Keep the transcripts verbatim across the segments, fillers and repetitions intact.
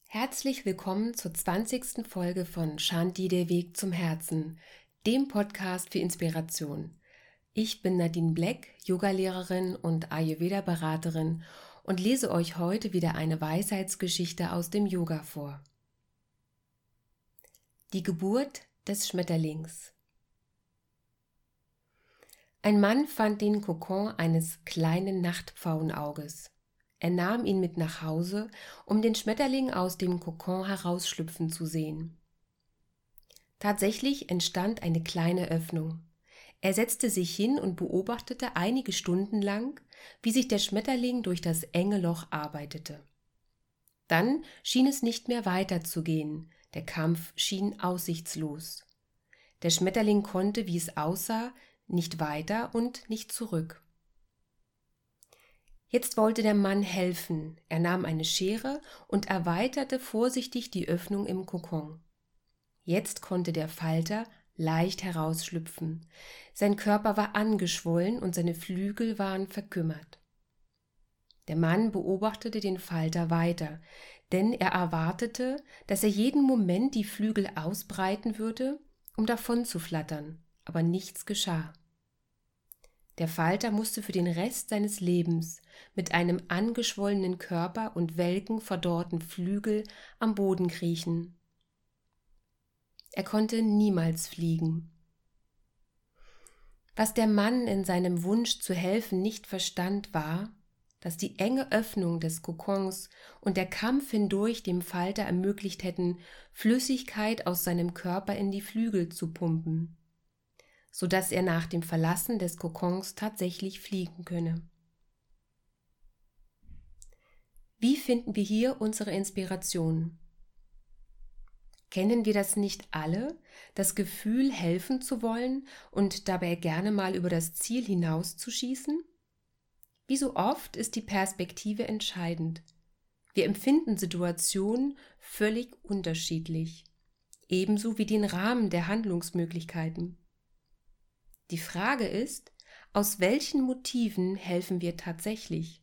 Herzlich willkommen zur zwanzigsten Folge von Shanti, der Weg zum Herzen, dem Podcast für Inspiration. Ich bin Nadine Black, Yogalehrerin und Ayurveda-Beraterin und lese euch heute wieder eine Weisheitsgeschichte aus dem Yoga vor. Die Geburt des Schmetterlings. Ein Mann fand den Kokon eines kleinen Nachtpfauenauges. Er nahm ihn mit nach Hause, um den Schmetterling aus dem Kokon herausschlüpfen zu sehen. Tatsächlich entstand eine kleine Öffnung. Er setzte sich hin und beobachtete einige Stunden lang, wie sich der Schmetterling durch das enge Loch arbeitete. Dann schien es nicht mehr weiterzugehen, der Kampf schien aussichtslos. Der Schmetterling konnte, wie es aussah, nicht weiter und nicht zurück. Jetzt wollte der Mann helfen. Er nahm eine Schere und erweiterte vorsichtig die Öffnung im Kokon. Jetzt konnte der Falter leicht herausschlüpfen. Sein Körper war angeschwollen und seine Flügel waren verkümmert. Der Mann beobachtete den Falter weiter, denn er erwartete, dass er jeden Moment die Flügel ausbreiten würde, um davon zu flattern, aber nichts geschah. Der Falter musste für den Rest seines Lebens mit einem angeschwollenen Körper und welken, verdorrten Flügel am Boden kriechen. Er konnte niemals fliegen. Was der Mann in seinem Wunsch zu helfen nicht verstand, war, dass die enge Öffnung des Kokons und der Kampf hindurch dem Falter ermöglicht hätten, Flüssigkeit aus seinem Körper in die Flügel zu pumpen, sodass er nach dem Verlassen des Kokons tatsächlich fliegen könne. Wie finden wir hier unsere Inspiration? Kennen wir das nicht alle, das Gefühl, helfen zu wollen und dabei gerne mal über das Ziel hinauszuschießen? Wie so oft ist die Perspektive entscheidend. Wir empfinden Situationen völlig unterschiedlich, ebenso wie den Rahmen der Handlungsmöglichkeiten. Die Frage ist, aus welchen Motiven helfen wir tatsächlich?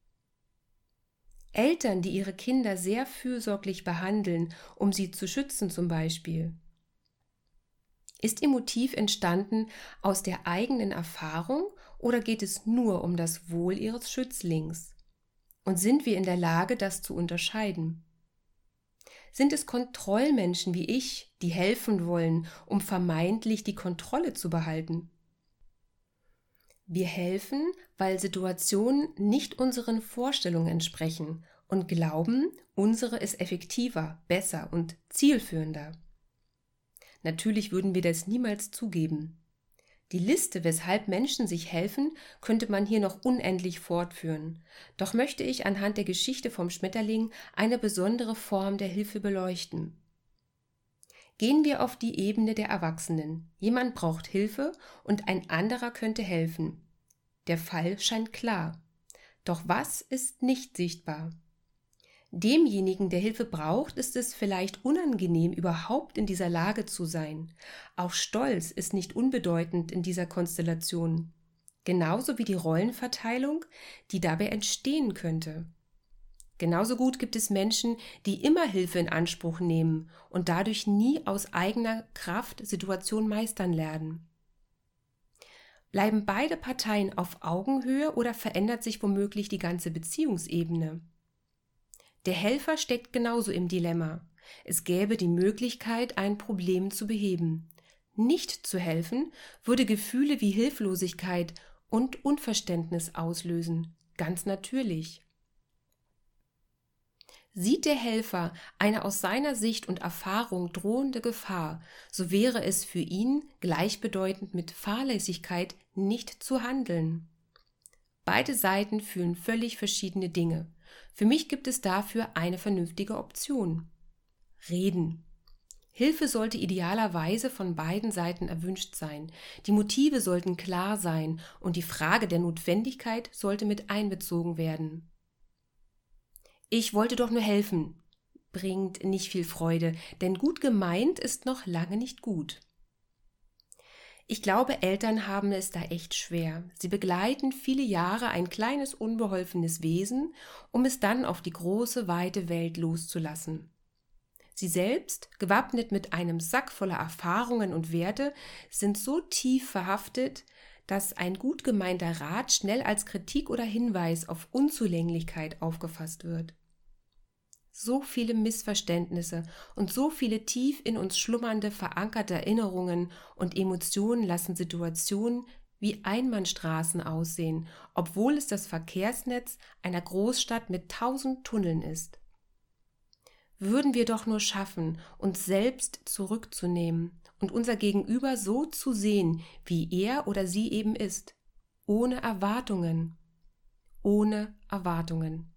Eltern, die ihre Kinder sehr fürsorglich behandeln, um sie zu schützen zum Beispiel. Ist ihr Motiv entstanden aus der eigenen Erfahrung oder geht es nur um das Wohl ihres Schützlings? Und sind wir in der Lage, das zu unterscheiden? Sind es Kontrollmenschen wie ich, die helfen wollen, um vermeintlich die Kontrolle zu behalten? Wir helfen, weil Situationen nicht unseren Vorstellungen entsprechen und glauben, unsere ist effektiver, besser und zielführender. Natürlich würden wir das niemals zugeben. Die Liste, weshalb Menschen sich helfen, könnte man hier noch unendlich fortführen. Doch möchte ich anhand der Geschichte vom Schmetterling eine besondere Form der Hilfe beleuchten. Gehen wir auf die Ebene der Erwachsenen. Jemand braucht Hilfe und ein anderer könnte helfen. Der Fall scheint klar. Doch was ist nicht sichtbar? Demjenigen, der Hilfe braucht, ist es vielleicht unangenehm, überhaupt in dieser Lage zu sein. Auch Stolz ist nicht unbedeutend in dieser Konstellation. Genauso wie die Rollenverteilung, die dabei entstehen könnte. Genauso gut gibt es Menschen, die immer Hilfe in Anspruch nehmen und dadurch nie aus eigener Kraft Situationen meistern lernen. Bleiben beide Parteien auf Augenhöhe oder verändert sich womöglich die ganze Beziehungsebene? Der Helfer steckt genauso im Dilemma. Es gäbe die Möglichkeit, ein Problem zu beheben. Nicht zu helfen, würde Gefühle wie Hilflosigkeit und Unverständnis auslösen. Ganz natürlich. Sieht der Helfer eine aus seiner Sicht und Erfahrung drohende Gefahr, so wäre es für ihn gleichbedeutend mit Fahrlässigkeit, nicht zu handeln. Beide Seiten fühlen völlig verschiedene Dinge. Für mich gibt es dafür eine vernünftige Option. Reden. Hilfe sollte idealerweise von beiden Seiten erwünscht sein. Die Motive sollten klar sein und die Frage der Notwendigkeit sollte mit einbezogen werden. Ich wollte doch nur helfen, bringt nicht viel Freude, denn gut gemeint ist noch lange nicht gut. Ich glaube, Eltern haben es da echt schwer. Sie begleiten viele Jahre ein kleines, unbeholfenes Wesen, um es dann auf die große, weite Welt loszulassen. Sie selbst, gewappnet mit einem Sack voller Erfahrungen und Werte, sind so tief verhaftet, dass ein gut gemeinter Rat schnell als Kritik oder Hinweis auf Unzulänglichkeit aufgefasst wird. So viele Missverständnisse und so viele tief in uns schlummernde, verankerte Erinnerungen und Emotionen lassen Situationen wie Einbahnstraßen aussehen, obwohl es das Verkehrsnetz einer Großstadt mit tausend Tunneln ist. Würden wir doch nur schaffen, uns selbst zurückzunehmen und unser Gegenüber so zu sehen, wie er oder sie eben ist, ohne Erwartungen, ohne Erwartungen.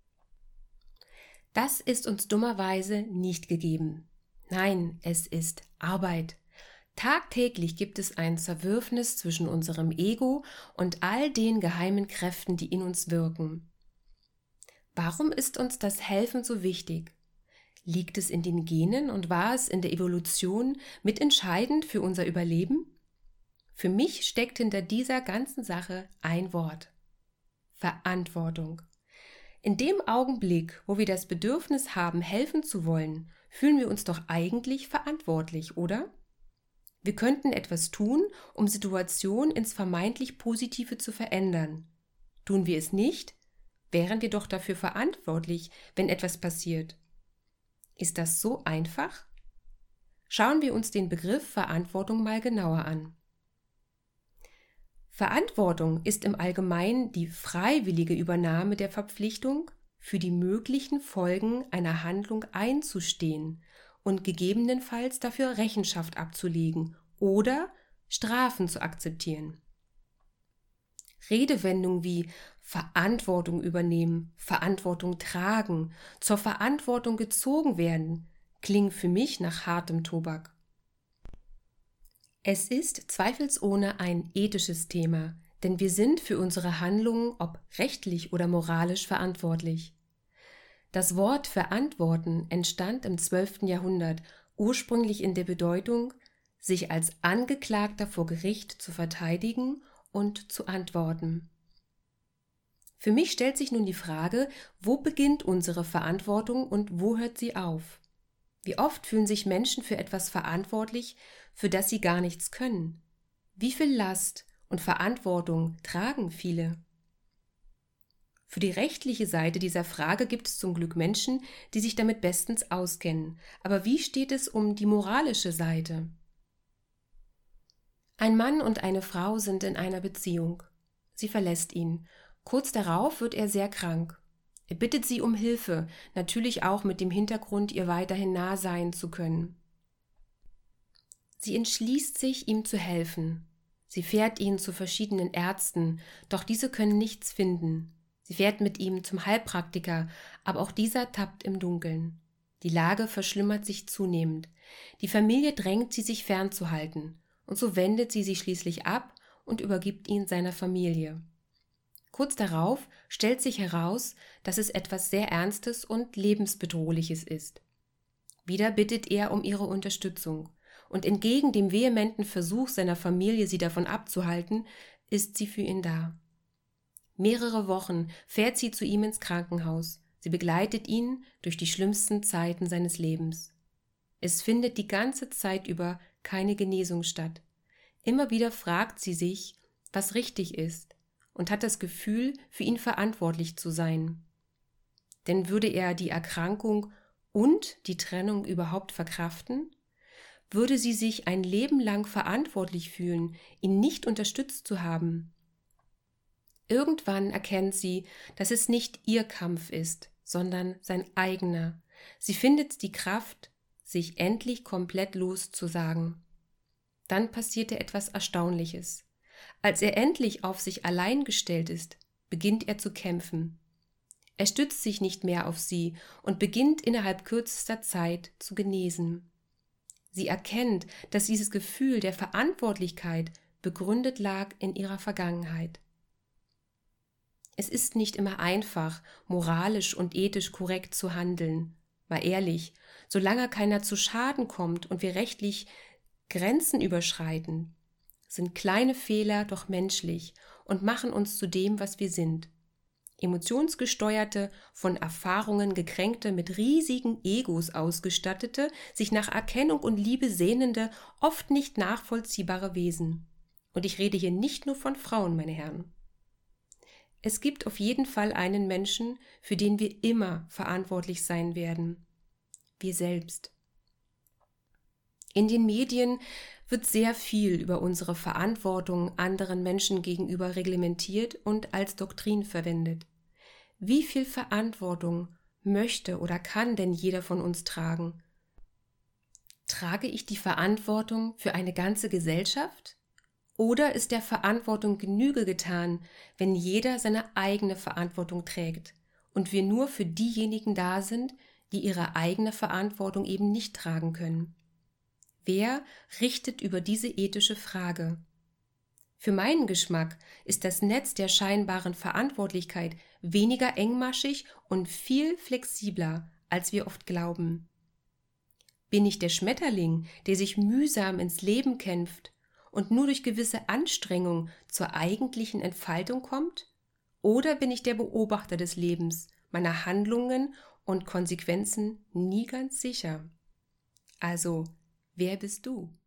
Das ist uns dummerweise nicht gegeben. Nein, es ist Arbeit. Tagtäglich gibt es ein Zerwürfnis zwischen unserem Ego und all den geheimen Kräften, die in uns wirken. Warum ist uns das Helfen so wichtig? Liegt es in den Genen und war es in der Evolution mitentscheidend für unser Überleben? Für mich steckt hinter dieser ganzen Sache ein Wort: Verantwortung. In dem Augenblick, wo wir das Bedürfnis haben, helfen zu wollen, fühlen wir uns doch eigentlich verantwortlich, oder? Wir könnten etwas tun, um Situationen ins vermeintlich Positive zu verändern. Tun wir es nicht, wären wir doch dafür verantwortlich, wenn etwas passiert. Ist das so einfach? Schauen wir uns den Begriff Verantwortung mal genauer an. Verantwortung ist im Allgemeinen die freiwillige Übernahme der Verpflichtung, für die möglichen Folgen einer Handlung einzustehen und gegebenenfalls dafür Rechenschaft abzulegen oder Strafen zu akzeptieren. Redewendungen wie Verantwortung übernehmen, Verantwortung tragen, zur Verantwortung gezogen werden, klingen für mich nach hartem Tobak. Es ist zweifelsohne ein ethisches Thema, denn wir sind für unsere Handlungen, ob rechtlich oder moralisch, verantwortlich. Das Wort verantworten entstand im zwölften Jahrhundert, ursprünglich in der Bedeutung, sich als Angeklagter vor Gericht zu verteidigen und zu antworten. Für mich stellt sich nun die Frage, wo beginnt unsere Verantwortung und wo hört sie auf? Wie oft fühlen sich Menschen für etwas verantwortlich, für das sie gar nichts können? Wie viel Last und Verantwortung tragen viele? Für die rechtliche Seite dieser Frage gibt es zum Glück Menschen, die sich damit bestens auskennen. Aber wie steht es um die moralische Seite? Ein Mann und eine Frau sind in einer Beziehung. Sie verlässt ihn. Kurz darauf wird er sehr krank. Er bittet sie um Hilfe, natürlich auch mit dem Hintergrund, ihr weiterhin nah sein zu können. Sie entschließt sich, ihm zu helfen. Sie fährt ihn zu verschiedenen Ärzten, doch diese können nichts finden. Sie fährt mit ihm zum Heilpraktiker, aber auch dieser tappt im Dunkeln. Die Lage verschlimmert sich zunehmend. Die Familie drängt sie, sich fernzuhalten, und so wendet sie sich schließlich ab und übergibt ihn seiner Familie. Kurz darauf stellt sich heraus, dass es etwas sehr Ernstes und Lebensbedrohliches ist. Wieder bittet er um ihre Unterstützung, und entgegen dem vehementen Versuch seiner Familie, sie davon abzuhalten, ist sie für ihn da. Mehrere Wochen fährt sie zu ihm ins Krankenhaus. Sie begleitet ihn durch die schlimmsten Zeiten seines Lebens. Es findet die ganze Zeit über keine Genesung statt. Immer wieder fragt sie sich, was richtig ist, und hat das Gefühl, für ihn verantwortlich zu sein. Denn würde er die Erkrankung und die Trennung überhaupt verkraften? Würde sie sich ein Leben lang verantwortlich fühlen, ihn nicht unterstützt zu haben? Irgendwann erkennt sie, dass es nicht ihr Kampf ist, sondern sein eigener. Sie findet die Kraft, sich endlich komplett loszusagen. Dann passierte etwas Erstaunliches. Als er endlich auf sich allein gestellt ist, beginnt er zu kämpfen. Er stützt sich nicht mehr auf sie und beginnt innerhalb kürzester Zeit zu genesen. Sie erkennt, dass dieses Gefühl der Verantwortlichkeit begründet lag in ihrer Vergangenheit. Es ist nicht immer einfach, moralisch und ethisch korrekt zu handeln. Mal ehrlich, solange keiner zu Schaden kommt und wir rechtlich Grenzen überschreiten, sind kleine Fehler doch menschlich und machen uns zu dem, was wir sind. Emotionsgesteuerte, von Erfahrungen gekränkte, mit riesigen Egos ausgestattete, sich nach Erkennung und Liebe sehnende, oft nicht nachvollziehbare Wesen. Und ich rede hier nicht nur von Frauen, meine Herren. Es gibt auf jeden Fall einen Menschen, für den wir immer verantwortlich sein werden. Wir selbst. In den Medien wird sehr viel über unsere Verantwortung anderen Menschen gegenüber reglementiert und als Doktrin verwendet. Wie viel Verantwortung möchte oder kann denn jeder von uns tragen? Trage ich die Verantwortung für eine ganze Gesellschaft? Oder ist der Verantwortung Genüge getan, wenn jeder seine eigene Verantwortung trägt und wir nur für diejenigen da sind, die ihre eigene Verantwortung eben nicht tragen können? Wer richtet über diese ethische Frage? Für meinen Geschmack ist das Netz der scheinbaren Verantwortlichkeit weniger engmaschig und viel flexibler, als wir oft glauben. Bin ich der Schmetterling, der sich mühsam ins Leben kämpft und nur durch gewisse Anstrengung zur eigentlichen Entfaltung kommt? Oder bin ich der Beobachter des Lebens, meiner Handlungen und Konsequenzen nie ganz sicher? Also, wer bist du?